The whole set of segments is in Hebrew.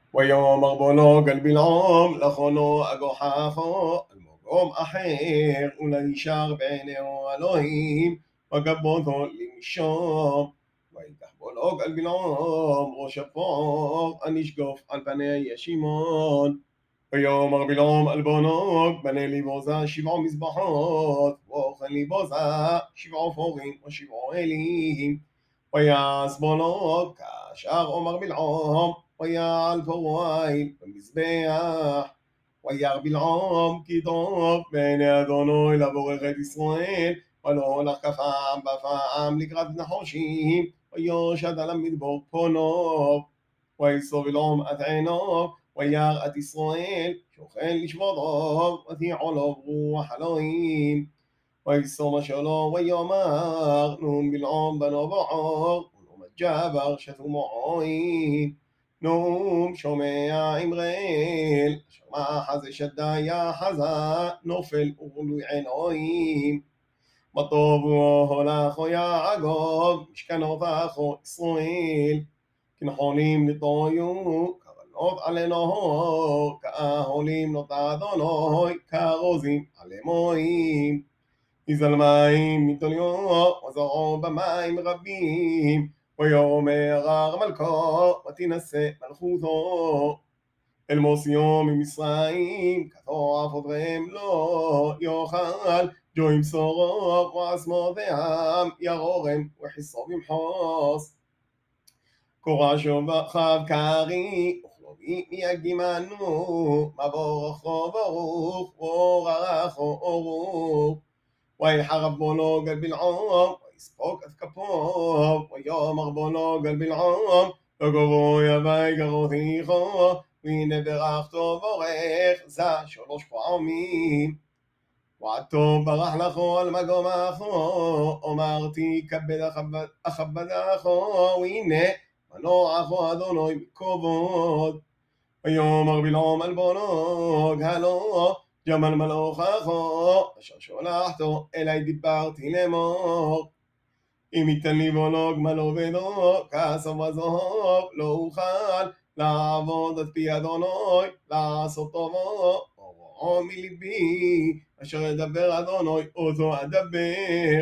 ויאמר בונו גל בלעום לכונו אגוחכו על מקום אחר ולנשאר בעיניו אלוהים וגבותו למשום. ויקח בונו גל בלעום ראש הפור הנשגוף על פני ישימון. ויאמר בלעום על בונו בנה לי בוזה 7 מזבחות ואוכל לי בוזה 7 פורים ו7 אלים. ויעש בונו כאשר אומר בלעום ויעל פרואי במזבח. וירא בלעום כי טוב בעיני אדוני לבורך את ישראל ולא הולך כפעם בפעם לקראת נחושים ויושת על המדבור פונו. ויסוב בלעום את עינו וירא את ישראל שוכן לשבותו ותיעו לו רוח אלוהים. ויסום השלום ויאמר נום בלעום בנו בעור ונום הג'בר שתו מועין. נום שומע אמרל אשר מחזה שדיה חזה נופל וגלוי עינויים. מה טובו הולכו יעקב משכנותיכו ישראל. כנחולים נטויו כרנות עלי נהור כאהלים נוט אדוני כרוזים עלי מוים. יזל מים מתוליו וזרעו במים רבים ויאמר מלכו ותינשא מלכותו. אל מוסיו ממצרים כתוב עבודכם לא יאכל ג'ו ימסורו ועצמותיהם ירורם וכיסו ימחוס. קורשו וחב קרי וכלובי יגימנו מבורכו ברוך וברכו אורוך. ויחרב בונו גל בלעום ויספוק את כפו ויאמר בונו גל בלעום לא גבוי אבי גרותיכו והנה ברכתו בורך זה 3 פעמים. ועתו ברח לכו על מגומכו אמרתי כבד אכבדכו והנה מנועכו אדוני מכבוד. ויאמר בלעום על בונו הלא ג'מל מלאככו אשר שולחתו אלי דיברתי לאמור. אם ייתן לי בונו גמל עובדו כסף וזהב לא אוכל לעבוד את פי אדוני לעשות טובו ורעו מליבי אשר ידבר אדוני אותו אדבר.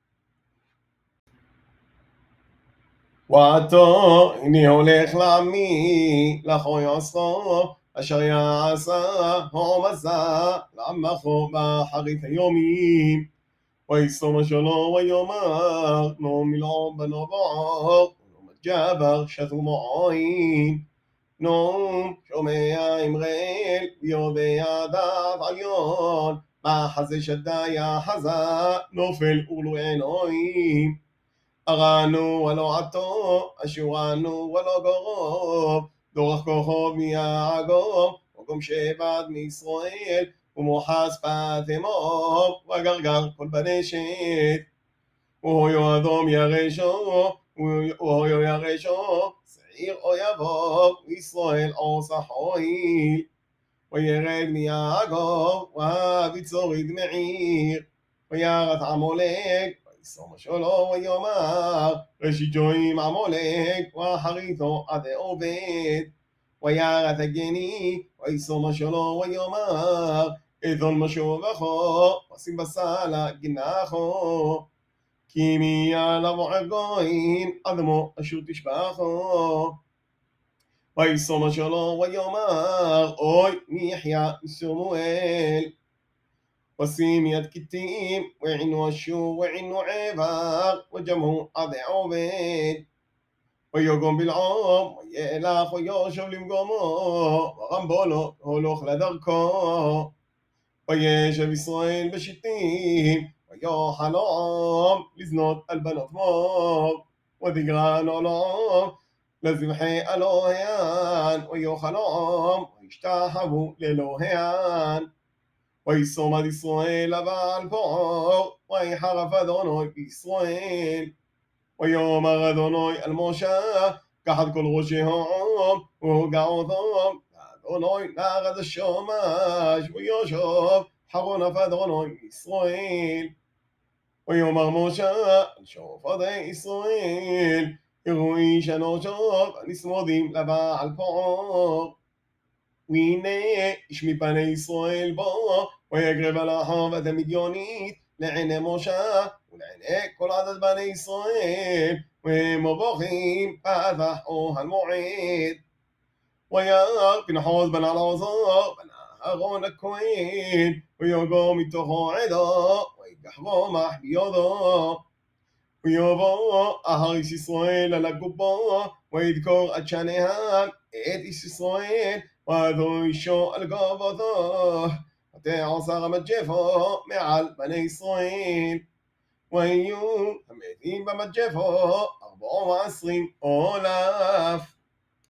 ועתו הנה הולך לעמי לכו יעשו אשר יעשה העמסה לעמכו באחרית היומים. ויסום השלום ויאמר נום בלעום בנו בעור ונום הג'בר שתו מועין. נום שומע אמרל ויודע דעת עליון מחזה שדיה חזה נופל וגלוי עינויים. ארנו ולא עתו אשורנו ולא גרוב דורך כוכב מיעקב וגום שבט מישראל ומוחס פת אמור וגרגר כל בנשת. והיו אדום ירשו והיו ירשו שעיר אויבו וישראל עושה חויל. וירד מיעקב והביצוריד מעיר וירא את עמלק ויסום השלום ויאמר ראשית ג'ויים עמלק ואחריתו עד עובד. וירא את הגני ויסום השלום ויאמר אדון משובחו ושים בסלע גנחו. כי מיה לבוער גויים אדמו אשר תשבחו. ויסום השלום ויאמר אוי מי יחיה משמואל. ושים יד כתים ועינו אשור ועינו עבר וג'מעו עד עובד. ויגום בלעום וילך ויושב למקומו ורם בונו הולך לדרכו. וישב ישראל בשיטים ויאכל לעם לזנות על בנות מוב ותגרן לעם לזבחי אלוהיהן ויאכל לעם וישתחוו לאלוהיהן. ויסום עד ישראל לבעל פוער ויחרף אדוני בישראל. ויאמר אדוני אל משה קח את כל ראשי העם והוגע אותם לאדוני נרד השמש ויושב חרון אף אדוני ישראל. ויאמר משה אל שופטי ישראל יראו איש אנושו נסמודים לבעל פוער. והנה איש מפני ישראל בו, ויגרב על החוות המדיונית לעיני משה ולעיני כל עדת בני ישראל, והם מבוכים פתחו המועד. וירא פנחס בן אלעזר בן אהרון הכהן, ויגור מתוכו עדו, ויקח רומח בידו. ויבוא אחר איש ישראל על הגובו, וידקור עד שניהם את איש ישראל, ויבוא אישו על גבותו, ותעשר המג'פו מעל בני ישראל. ויהיו המתים במג'פו 24,000 אלף.